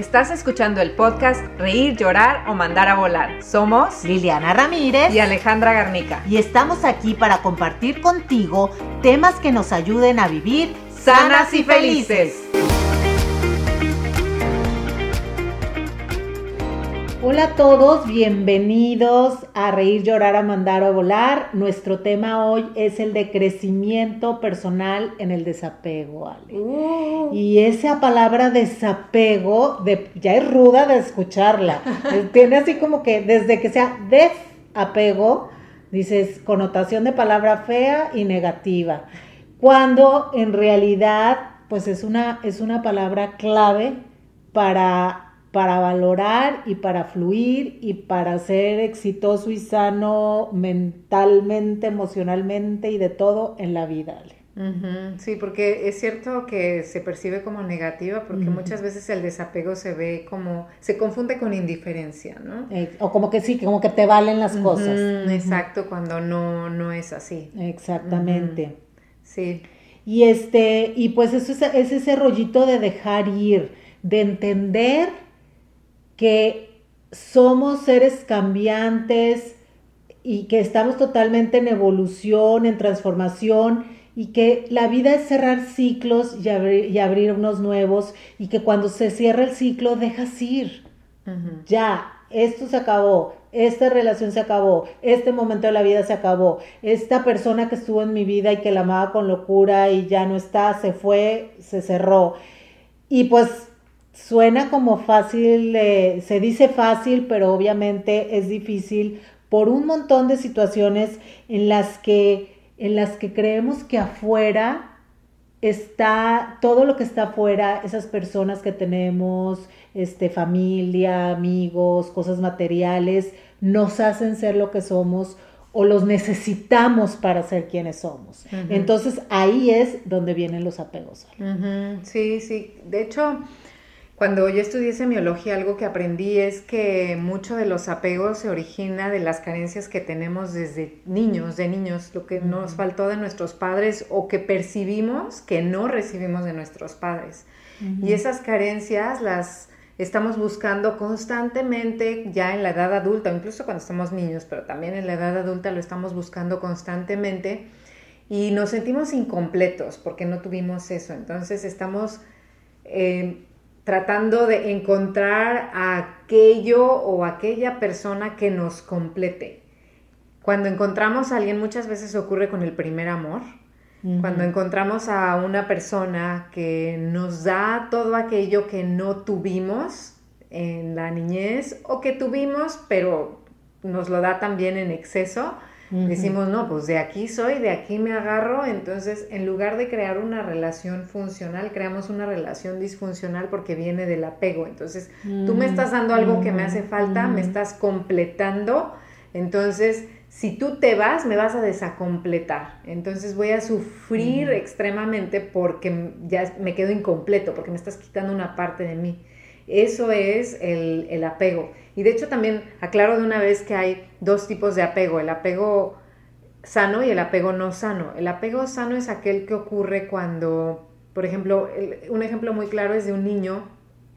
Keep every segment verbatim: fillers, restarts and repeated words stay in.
Estás escuchando el podcast Reír, Llorar o Mandar a Volar. Somos Liliana Ramírez y Alejandra Garnica. Y estamos aquí para compartir contigo temas que nos ayuden a vivir sanas y felices. Hola a todos, bienvenidos a Reír, Llorar, a Mandar a Volar. Nuestro tema hoy es el de crecimiento personal en el desapego, Ale. Uh. Y esa palabra desapego, de, ya es ruda de escucharla. Tiene así como que desde que sea desapego, dices connotación de palabra fea y negativa. Cuando en realidad pues es una, es una palabra clave para... para valorar y para fluir y para ser exitoso y sano mentalmente, emocionalmente y de todo en la vida. Uh-huh. Sí, porque es cierto que se percibe como negativa porque uh-huh. muchas veces el desapego se ve como, se confunde con indiferencia, ¿no? Eh, o como que sí, como que te valen las uh-huh. cosas. Uh-huh. Exacto, cuando no, no es así. Exactamente. Uh-huh. Sí. Y este, y pues eso es, es ese rollito de dejar ir, de entender que somos seres cambiantes y que estamos totalmente en evolución, en transformación, y que la vida es cerrar ciclos y abrir, y abrir unos nuevos, y que cuando se cierra el ciclo dejas ir. Uh-huh. Ya, esto se acabó, esta relación se acabó, este momento de la vida se acabó, esta persona que estuvo en mi vida y que la amaba con locura y ya no está, se fue, se cerró. Y pues suena como fácil, eh, se dice fácil, pero obviamente es difícil por un montón de situaciones en las que, en las que creemos que afuera está, todo lo que está afuera, esas personas que tenemos, este, familia, amigos, cosas materiales, nos hacen ser lo que somos o los necesitamos para ser quienes somos. Uh-huh. Entonces ahí es donde vienen los apegos. Uh-huh. Sí, sí, de hecho... Cuando yo estudié semiología, algo que aprendí es que mucho de los apegos se origina de las carencias que tenemos desde niños, de niños, lo que uh-huh. nos faltó de nuestros padres o que percibimos que no recibimos de nuestros padres. Uh-huh. Y esas carencias las estamos buscando constantemente ya en la edad adulta, incluso cuando estamos niños, pero también en la edad adulta lo estamos buscando constantemente y nos sentimos incompletos porque no tuvimos eso. Entonces estamos... Eh, tratando de encontrar aquello o aquella persona que nos complete. Cuando encontramos a alguien, muchas veces ocurre con el primer amor, uh-huh. cuando encontramos a una persona que nos da todo aquello que no tuvimos en la niñez o que tuvimos, pero nos lo da también en exceso, uh-huh. decimos, no, pues de aquí soy, de aquí me agarro. Entonces, en lugar de crear una relación funcional, creamos una relación disfuncional porque viene del apego. Entonces, uh-huh. tú me estás dando algo que me hace falta, uh-huh. me estás completando. Entonces, si tú te vas, me vas a desacompletar. Entonces, voy a sufrir uh-huh. extremadamente porque ya me quedo incompleto, porque me estás quitando una parte de mí. Eso es el, el apego. Y de hecho también aclaro de una vez que hay dos tipos de apego, el apego sano y el apego no sano. El apego sano es aquel que ocurre cuando, por ejemplo, el, un ejemplo muy claro es de un niño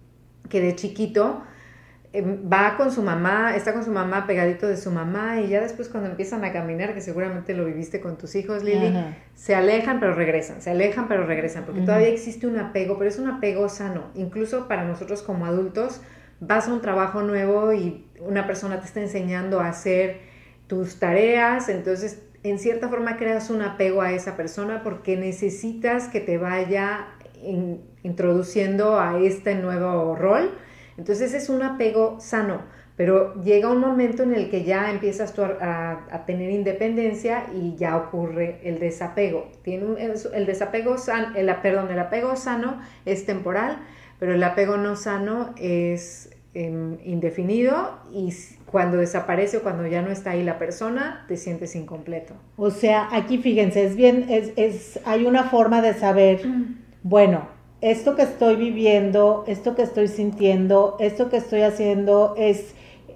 que de chiquito eh, va con su mamá, está con su mamá pegadito de su mamá y ya después cuando empiezan a caminar, que seguramente lo viviste con tus hijos, Lili, uh-huh. se alejan pero regresan, se alejan pero regresan, porque uh-huh. todavía existe un apego, pero es un apego sano. Incluso para nosotros como adultos, vas a un trabajo nuevo y una persona te está enseñando a hacer tus tareas, entonces en cierta forma creas un apego a esa persona porque necesitas que te vaya in, introduciendo a este nuevo rol. Entonces es un apego sano, pero llega un momento en el que ya empiezas tú a, a, a tener independencia y ya ocurre el desapego. Tiene un, el desapego san, el, perdón, el apego sano es temporal, pero el apego no sano es eh, indefinido y cuando desaparece o cuando ya no está ahí la persona, te sientes incompleto. O sea, aquí fíjense, es bien, es, es, hay una forma de saber, mm. bueno, esto que estoy viviendo, esto que estoy sintiendo, esto que estoy haciendo es,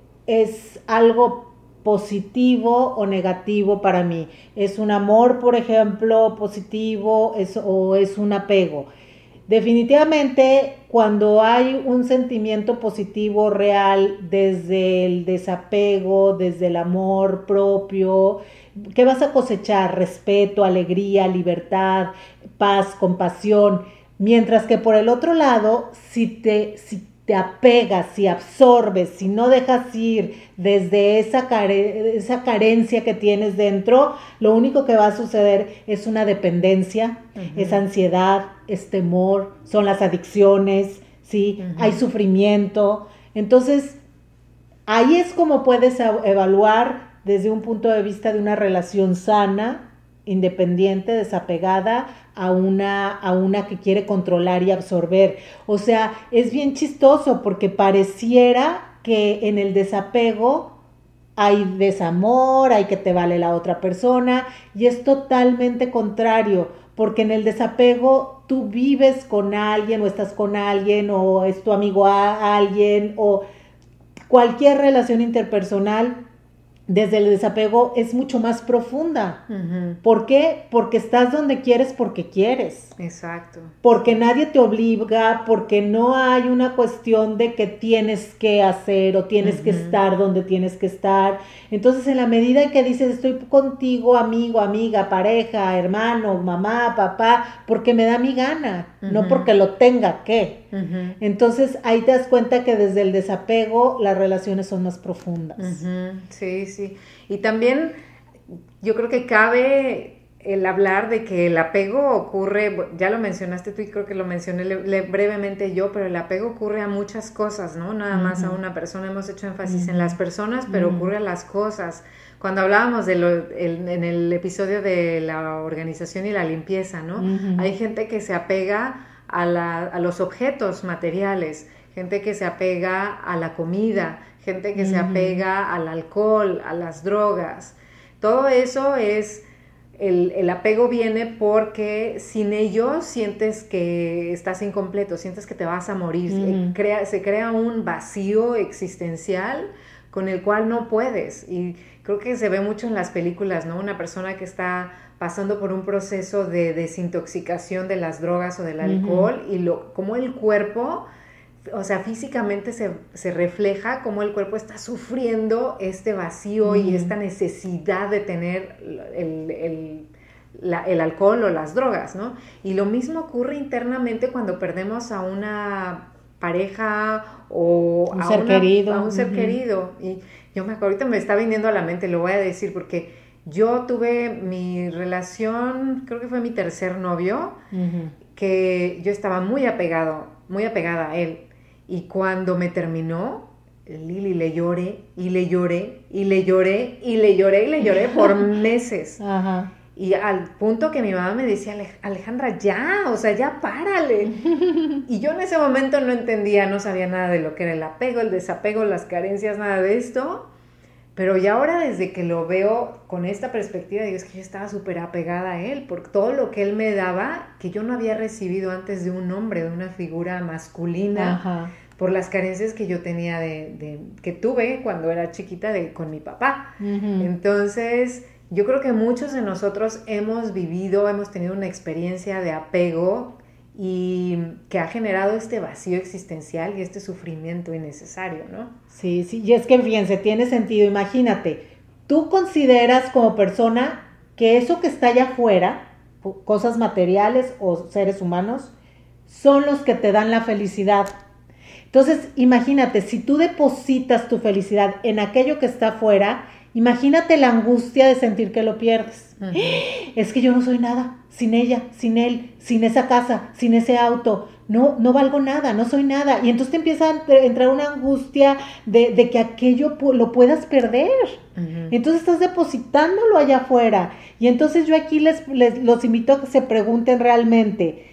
es algo positivo o negativo para mí. Es un amor, por ejemplo, positivo es, o es un apego. definitivamente cuando hay un sentimiento positivo real desde el desapego, desde el amor propio, ¿qué vas a cosechar? Respeto, alegría, libertad, paz, compasión. Mientras que por el otro lado, si te, si te apegas, si absorbes, si no dejas ir desde esa, care- esa carencia que tienes dentro, lo único que va a suceder es una dependencia, uh-huh. es ansiedad, es temor, son las adicciones, ¿sí? Uh-huh. Hay sufrimiento. Entonces, ahí es como puedes evaluar desde un punto de vista de una relación sana, independiente, desapegada, a una, a una que quiere controlar y absorber. O sea, es bien chistoso porque pareciera que en el desapego hay desamor, hay que te vale la otra persona, y es totalmente contrario, porque en el desapego tú vives con alguien o estás con alguien o es tu amigo a alguien o cualquier relación interpersonal. Desde el desapego es mucho más profunda. Uh-huh. ¿Por qué? Porque estás donde quieres porque quieres. Exacto. Porque nadie te obliga, porque no hay una cuestión de que tienes que hacer o tienes uh-huh. que estar donde tienes que estar. Entonces, en la medida en que dices, estoy contigo, amigo, amiga, pareja, hermano, mamá, papá, porque me da mi gana, uh-huh. no porque lo tenga que. Uh-huh. Entonces, ahí te das cuenta que desde el desapego las relaciones son más profundas. Uh-huh. Sí, sí. Y también yo creo que cabe el hablar de que el apego ocurre, ya lo mencionaste tú y creo que lo mencioné le, le, brevemente yo, pero el apego ocurre a muchas cosas, ¿no? Nada uh-huh. más a una persona, hemos hecho énfasis uh-huh. en las personas, pero uh-huh. ocurre a las cosas. Cuando hablábamos de lo, el, en el episodio de la organización y la limpieza, ¿no? Uh-huh. Hay gente que se apega a, la, a los objetos materiales, gente que se apega a la comida, gente que uh-huh. se apega al alcohol, a las drogas. Todo eso es... El, el apego viene porque sin ellos sientes que estás incompleto, sientes que te vas a morir, mm. crea, se crea un vacío existencial con el cual no puedes, y creo que se ve mucho en las películas, ¿no? Una persona que está pasando por un proceso de desintoxicación de las drogas o del alcohol, mm-hmm. y lo, como el cuerpo, o sea, físicamente se, se refleja cómo el cuerpo está sufriendo este vacío mm. y esta necesidad de tener el, el, la, el alcohol o las drogas, ¿no? Y lo mismo ocurre internamente cuando perdemos a una pareja o un a, ser una, querido. a un ser uh-huh. querido. Y yo me ahorita me está viniendo a la mente, lo voy a decir, porque yo tuve mi relación, creo que fue mi tercer novio, uh-huh. que yo estaba muy apegado, muy apegada a él. Y cuando me terminó, Lili, le lloré, y le lloré, y le lloré, y le lloré, y le lloré por meses. Ajá. Y al punto que mi mamá me decía, Alejandra, ya, o sea, ya párale. Y yo en ese momento no entendía, no sabía nada de lo que era el apego, el desapego, las carencias, nada de esto. Pero ya ahora, desde que lo veo con esta perspectiva, digo, es que yo estaba súper apegada a él, por todo lo que él me daba, que yo no había recibido antes de un hombre, de una figura masculina, Ajá. por las carencias que yo tenía, de, de que tuve cuando era chiquita de, con mi papá. Uh-huh. Entonces, yo creo que muchos de nosotros hemos vivido, hemos tenido una experiencia de apego y que ha generado este vacío existencial y este sufrimiento innecesario, ¿no? Sí, sí, y es que fíjense, tiene sentido, imagínate, tú consideras como persona que eso que está allá afuera, cosas materiales o seres humanos, son los que te dan la felicidad. Entonces, imagínate, si tú depositas tu felicidad en aquello que está afuera, imagínate la angustia de sentir que lo pierdes. Uh-huh. Es que yo no soy nada, sin ella, sin él, sin esa casa, sin ese auto, no, no valgo nada, no soy nada. Y entonces te empieza a entrar una angustia de, de que aquello lo puedas perder. Uh-huh. Entonces estás depositándolo allá afuera. Y entonces yo aquí les, les los invito a que se pregunten realmente,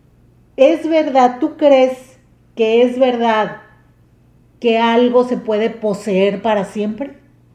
¿es verdad, tú crees que es verdad que algo se puede poseer para siempre?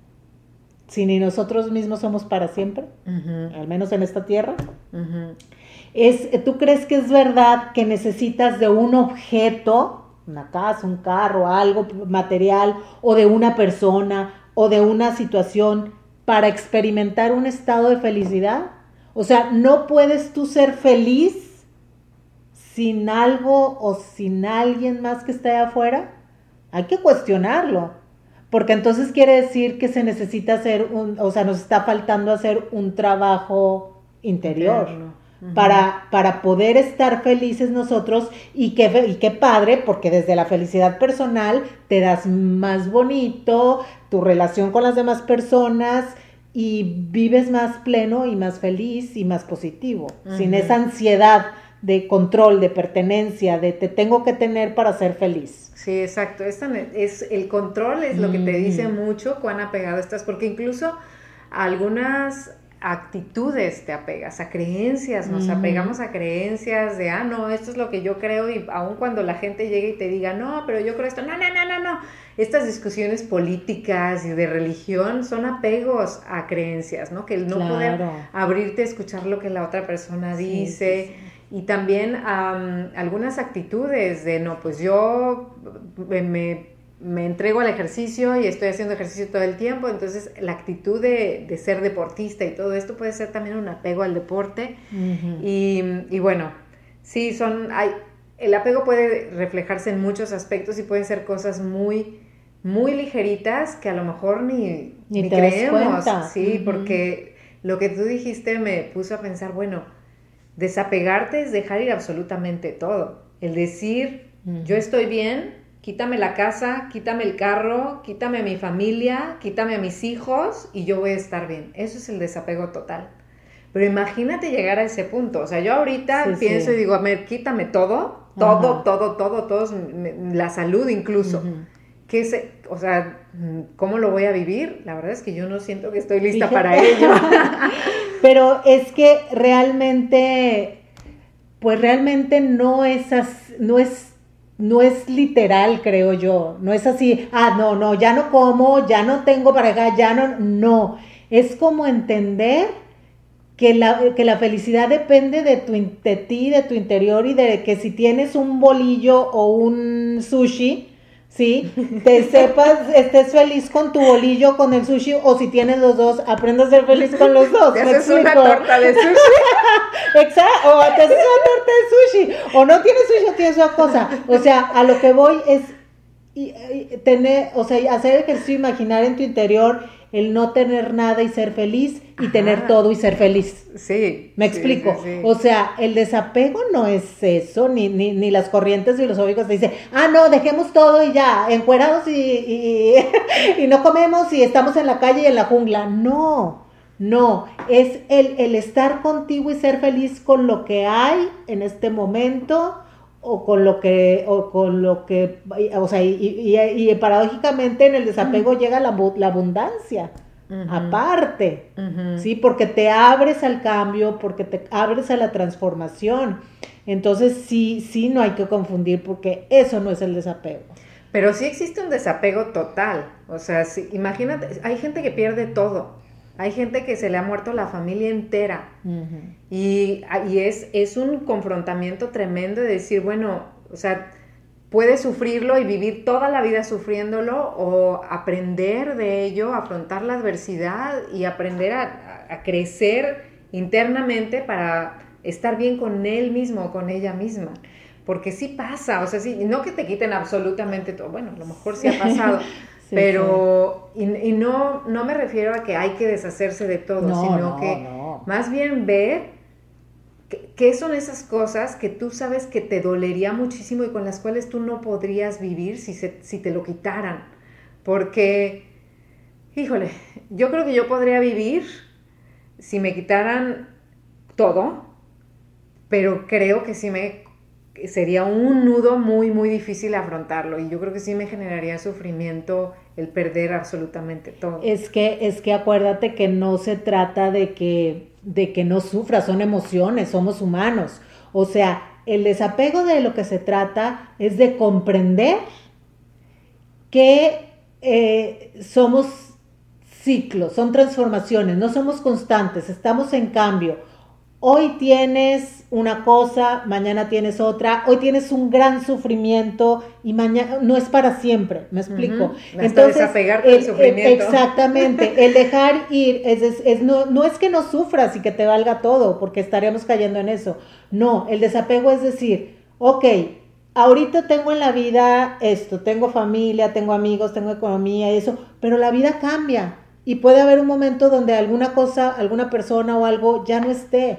Si ni nosotros mismos somos para siempre, uh-huh. al menos en esta tierra. Uh-huh. Es, ¿tú crees que es verdad que necesitas de un objeto, una casa, un carro, algo material, o de una persona, o de una situación, para experimentar un estado de felicidad? O sea, ¿no puedes tú ser feliz sin algo o sin alguien más que esté allá afuera, hay que cuestionarlo, porque entonces quiere decir que se necesita hacer un, o sea, nos está faltando hacer un trabajo interior. Interno. Uh-huh. Para, para poder estar felices nosotros y qué, y qué padre, porque desde la felicidad personal te das más bonito tu relación con las demás personas y vives más pleno y más feliz y más positivo, uh-huh. sin esa ansiedad de control, de pertenencia, de te tengo que tener para ser feliz. Sí, exacto. Esta es, el control es lo que te dice mucho cuán apegado estás, porque incluso algunas actitudes te apegas, a creencias, nos mm. apegamos a creencias de, ah, no, esto es lo que yo creo, y aun cuando la gente llegue y te diga, no, pero yo creo esto, no, no, no, no, no, estas discusiones políticas y de religión son apegos a creencias, ¿no? Que el no claro. poder abrirte a escuchar lo que la otra persona dice, sí, sí, sí. Y también um, algunas actitudes de, no, pues yo me... me me entrego al ejercicio y estoy haciendo ejercicio todo el tiempo, entonces la actitud de, de ser deportista y todo esto puede ser también un apego al deporte. Uh-huh. y, y bueno, sí, son, hay, el apego puede reflejarse en muchos aspectos y pueden ser cosas muy, muy ligeritas que a lo mejor ni, ni, ni creemos, sí, uh-huh. porque lo que tú dijiste me puso a pensar, bueno, desapegarte es dejar ir absolutamente todo, el decir, uh-huh. yo estoy bien, quítame la casa, quítame el carro, quítame a mi familia, quítame a mis hijos y yo voy a estar bien. Eso es el desapego total. Pero imagínate llegar a ese punto. O sea, yo ahorita sí, pienso sí. y digo, a ver, quítame todo, todo, Ajá. todo, todo, todo, la salud incluso. Uh-huh. ¿Qué es, o sea, cómo lo voy a vivir? La verdad es que yo no siento que estoy lista Fíjate. para ello. Pero es que realmente, pues realmente no es así, no es No es literal, creo yo, no es así, ah, no, no, ya no como, ya no tengo para acá, ya no, no, es como entender que la, que la felicidad depende de, tu, de ti, de tu interior y de que si tienes un bolillo o un sushi, ¿sí? Te sepas, estés feliz con tu bolillo, con el sushi, o si tienes los dos, aprendas a ser feliz con los dos. ¿Te haces una torta de sushi? Exacto, o te haces una torta de sushi, o no tienes sushi o tienes otra cosa. O sea, a lo que voy es y, y, tener, o sea, hacer ejercicio, imaginar en tu interior el no tener nada y ser feliz, y Ajá. tener todo y ser feliz. Sí. ¿Me explico? Sí, sí, sí. O sea, el desapego no es eso, ni, ni, ni las corrientes filosóficas te dicen, ah, no, dejemos todo y ya, encuerados y, y, y no comemos y estamos en la calle y en la jungla. No, no, es el, el estar contigo y ser feliz con lo que hay en este momento, o con lo que, o con lo que, o sea, y, y, y, y paradójicamente en el desapego uh-huh. llega la, la abundancia, uh-huh. aparte, uh-huh. ¿sí? Porque te abres al cambio, porque te abres a la transformación. Entonces sí, sí no hay que confundir, porque eso no es el desapego. Pero sí existe un desapego total, o sea, sí, imagínate, hay gente que pierde todo. Hay gente que se le ha muerto la familia entera uh-huh. y, y es, es un confrontamiento tremendo de decir, bueno, o sea, puedes sufrirlo y vivir toda la vida sufriéndolo, o aprender de ello, afrontar la adversidad y aprender a, a crecer internamente para estar bien con él mismo, con ella misma. Porque sí pasa, o sea, sí, no que te quiten absolutamente todo, bueno, a lo mejor sí ha pasado, sí, pero, sí. Y, y no, no me refiero a que hay que deshacerse de todo, no, sino no, que no. Más bien ver que, qué son esas cosas que tú sabes que te dolería muchísimo y con las cuales tú no podrías vivir si, se, si te lo quitaran. Porque, híjole, yo creo que yo podría vivir si me quitaran todo, pero creo que sí me... sería un nudo muy, muy difícil afrontarlo, y yo creo que sí me generaría sufrimiento el perder absolutamente todo. Es que, es que acuérdate que no se trata de que, de que no sufras, son emociones, somos humanos. O sea, el desapego de lo que se trata es de comprender que eh, somos ciclos, son transformaciones, no somos constantes, estamos en cambio. Hoy tienes una cosa, mañana tienes otra, hoy tienes un gran sufrimiento y mañana no es para siempre, ¿me explico? Uh-huh. Entonces, desapegarte del sufrimiento. Exactamente, el dejar ir, es, es, es, no, no es que no sufras y que te valga todo, porque estaríamos cayendo en eso. No, el desapego es decir, ok, ahorita tengo en la vida esto, tengo familia, tengo amigos, tengo economía y eso, pero la vida cambia y puede haber un momento donde alguna cosa, alguna persona o algo ya no esté.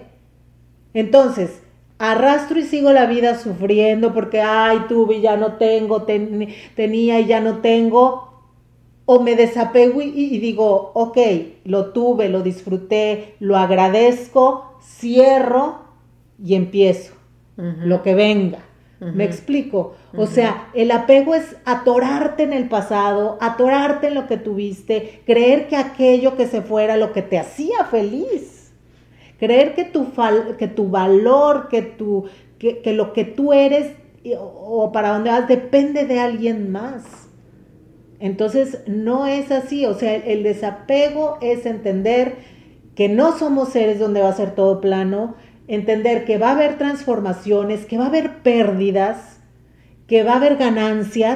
Entonces, arrastro y sigo la vida sufriendo porque, ay, tuve y ya no tengo, ten, tenía y ya no tengo, o me desapego y, y digo, ok, lo tuve, lo disfruté, lo agradezco, cierro y empiezo, uh-huh. lo que venga. Uh-huh. ¿Me explico? Uh-huh. O sea, el apego es atorarte en el pasado, atorarte en lo que tuviste, creer que aquello que se fuera lo que te hacía feliz, creer que tu, fal- que tu valor, que, tu, que, que lo que tú eres o, o para dónde vas depende de alguien más. Entonces, no es así. O sea, el, el desapego es entender que no somos seres donde va a ser todo plano, entender que va a haber transformaciones, que va a haber pérdidas, que va a haber ganancias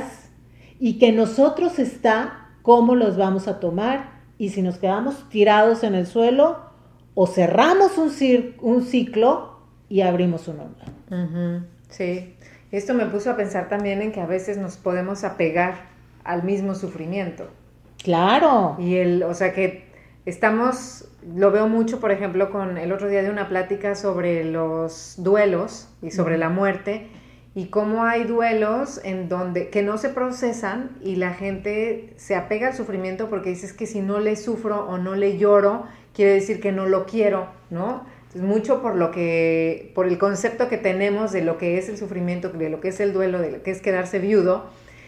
y que nosotros está cómo los vamos a tomar y si nos quedamos tirados en el suelo o cerramos un, cir- un ciclo y abrimos uno nuevo. Uh-huh. Sí, esto me puso a pensar también en que a veces nos podemos apegar al mismo sufrimiento. Claro. Y el, o sea que estamos, lo veo mucho, por ejemplo, con el otro día de una plática sobre los duelos y sobre uh-huh. la muerte y cómo hay duelos en donde que no se procesan y la gente se apega al sufrimiento porque dices que si no le sufro o no le lloro, quiere decir que no lo quiero, ¿no? Entonces, mucho por lo que, por el concepto que tenemos de lo que es el sufrimiento, de lo que es el duelo, de lo que es quedarse viudo,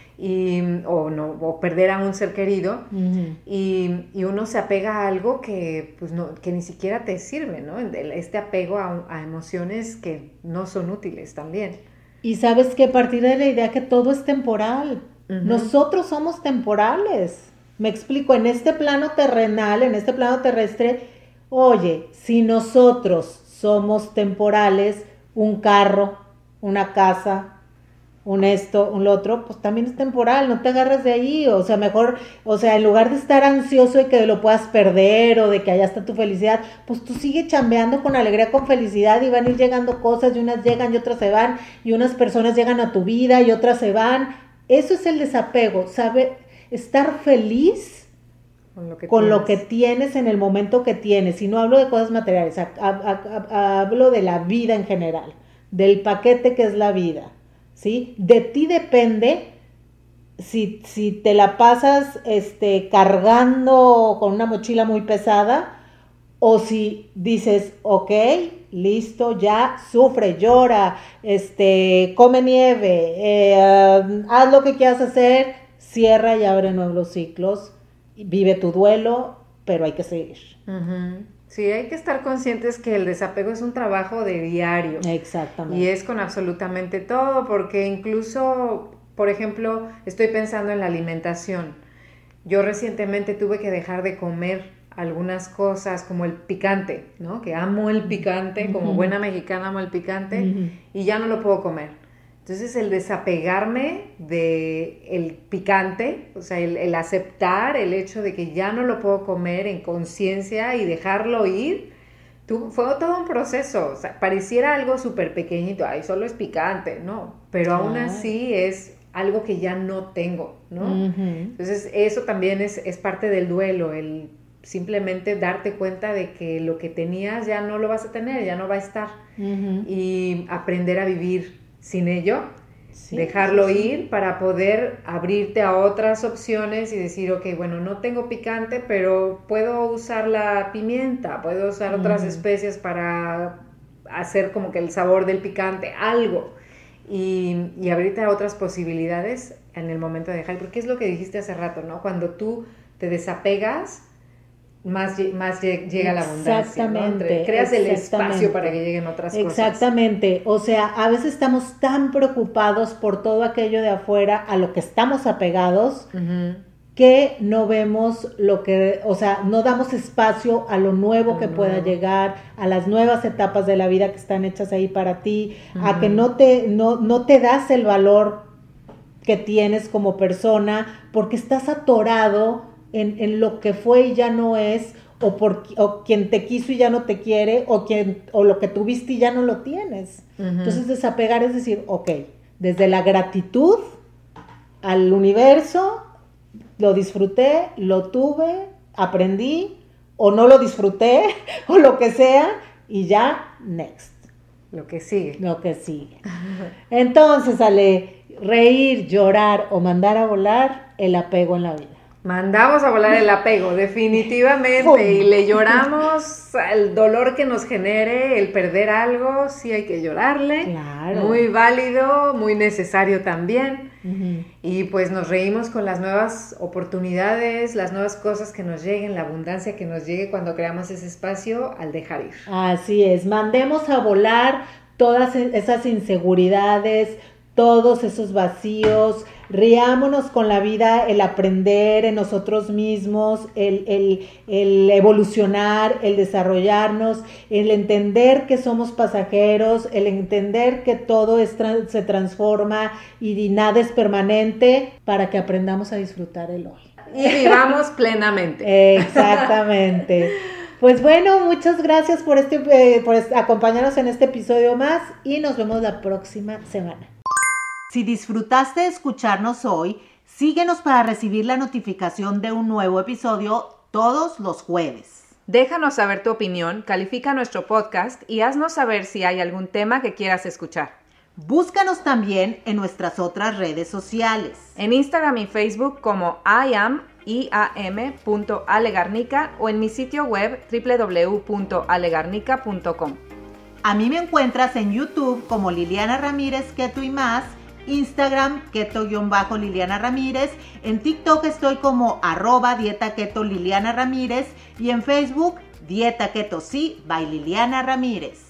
y, o, no, o perder a un ser querido, uh-huh. y, y uno se apega a algo que, pues no, que ni siquiera te sirve, ¿no? Este apego a, a emociones que no son útiles también. Y sabes que a partir de la idea que todo es temporal, uh-huh. nosotros somos temporales. Me explico, en este plano terrenal, en este plano terrestre, oye, si nosotros somos temporales, un carro, una casa, un esto, un lo otro, pues también es temporal, no te agarres de ahí, o sea, mejor, o sea, en lugar de estar ansioso de que lo puedas perder o de que allá está tu felicidad, pues tú sigue chambeando con alegría, con felicidad y van a ir llegando cosas y unas llegan y otras se van y unas personas llegan a tu vida y otras se van. Eso es el desapego, ¿sabe? Estar feliz con, lo que, con lo que tienes en el momento que tienes, y no hablo de cosas materiales, a, a, a, a, hablo de la vida en general, del paquete que es la vida. ¿Sí? De ti depende si, si te la pasas este, cargando con una mochila muy pesada o si dices, ok, listo, ya, sufre, llora, este, come nieve, eh, uh, haz lo que quieras hacer, cierra y abre nuevos ciclos, vive tu duelo, pero hay que seguir. Uh-huh. Sí, hay que estar conscientes que el desapego es un trabajo de diario. Exactamente. Y es con absolutamente todo, porque incluso, por ejemplo, estoy pensando en la alimentación. Yo recientemente tuve que dejar de comer algunas cosas como el picante, ¿no? Que amo el picante, uh-huh. como buena mexicana amo el picante, uh-huh. y ya no lo puedo comer. Entonces el desapegarme de el picante, o sea, el, el aceptar el hecho de que ya no lo puedo comer en conciencia y dejarlo ir, tu, fue todo un proceso. O sea, pareciera algo súper pequeñito, ay, solo es picante, no, pero aún ah. así es algo que ya no tengo, ¿no? Uh-huh. Entonces eso también es, es parte del duelo, el simplemente darte cuenta de que lo que tenías ya no lo vas a tener, ya no va a estar, uh-huh. y aprender a vivir sin ello, sí, dejarlo sí, sí. ir para poder abrirte a otras opciones y decir, ok, bueno, no tengo picante, pero puedo usar la pimienta, puedo usar uh-huh. otras especias para hacer como que el sabor del picante, algo, y, y abrirte a otras posibilidades en el momento de dejar, porque es lo que dijiste hace rato, ¿no? Cuando tú te desapegas, más, más llega la abundancia, ¿no? Entre, creas el espacio para que lleguen otras cosas. Exactamente, o sea, a veces estamos tan preocupados por todo aquello de afuera a lo que estamos apegados, uh-huh. que no vemos lo que, o sea, no damos espacio a lo nuevo a que nuevo. pueda llegar, a las nuevas etapas de la vida que están hechas ahí para ti, uh-huh. a que no te, no, no te das el valor que tienes como persona porque estás atorado En, en lo que fue y ya no es, o, por, o quien te quiso y ya no te quiere, o, quien, o lo que tuviste y ya no lo tienes. Uh-huh. Entonces desapegar es decir, ok, desde la gratitud al universo, lo disfruté, lo tuve, aprendí, o no lo disfruté, o lo que sea, y ya, next. Lo que sigue. Lo que sigue. Entonces, Ale, reír, llorar o mandar a volar, el apego en la vida. Mandamos a volar el apego, definitivamente, y le lloramos al dolor que nos genere el perder algo, sí hay que llorarle, claro. Muy válido, muy necesario también, uh-huh. Y pues nos reímos con las nuevas oportunidades, las nuevas cosas que nos lleguen, la abundancia que nos llegue cuando creamos ese espacio al dejar ir. Así es, mandemos a volar todas esas inseguridades, todos esos vacíos, riámonos con la vida, el aprender en nosotros mismos, el, el, el evolucionar, el desarrollarnos, el entender que somos pasajeros, el entender que todo es, se transforma y nada es permanente, para que aprendamos a disfrutar el hoy. Y vivamos plenamente. Exactamente. Pues bueno, muchas gracias por, este, eh, por acompañarnos en este episodio más y nos vemos la próxima semana. Si disfrutaste de escucharnos hoy, síguenos para recibir la notificación de un nuevo episodio todos los jueves. Déjanos saber tu opinión, califica nuestro podcast y haznos saber si hay algún tema que quieras escuchar. Búscanos también en nuestras otras redes sociales. En Instagram y Facebook como iam, iam punto alegarnica o en mi sitio web doble u doble u doble u punto alegarnica punto com. A mí me encuentras en YouTube como Liliana Ramírez Keto y más, Instagram keto-liliana Ramírez, en TikTok estoy como arroba dieta keto Liliana Ramírez y en Facebook Dieta Keto Sí by Liliana Ramírez.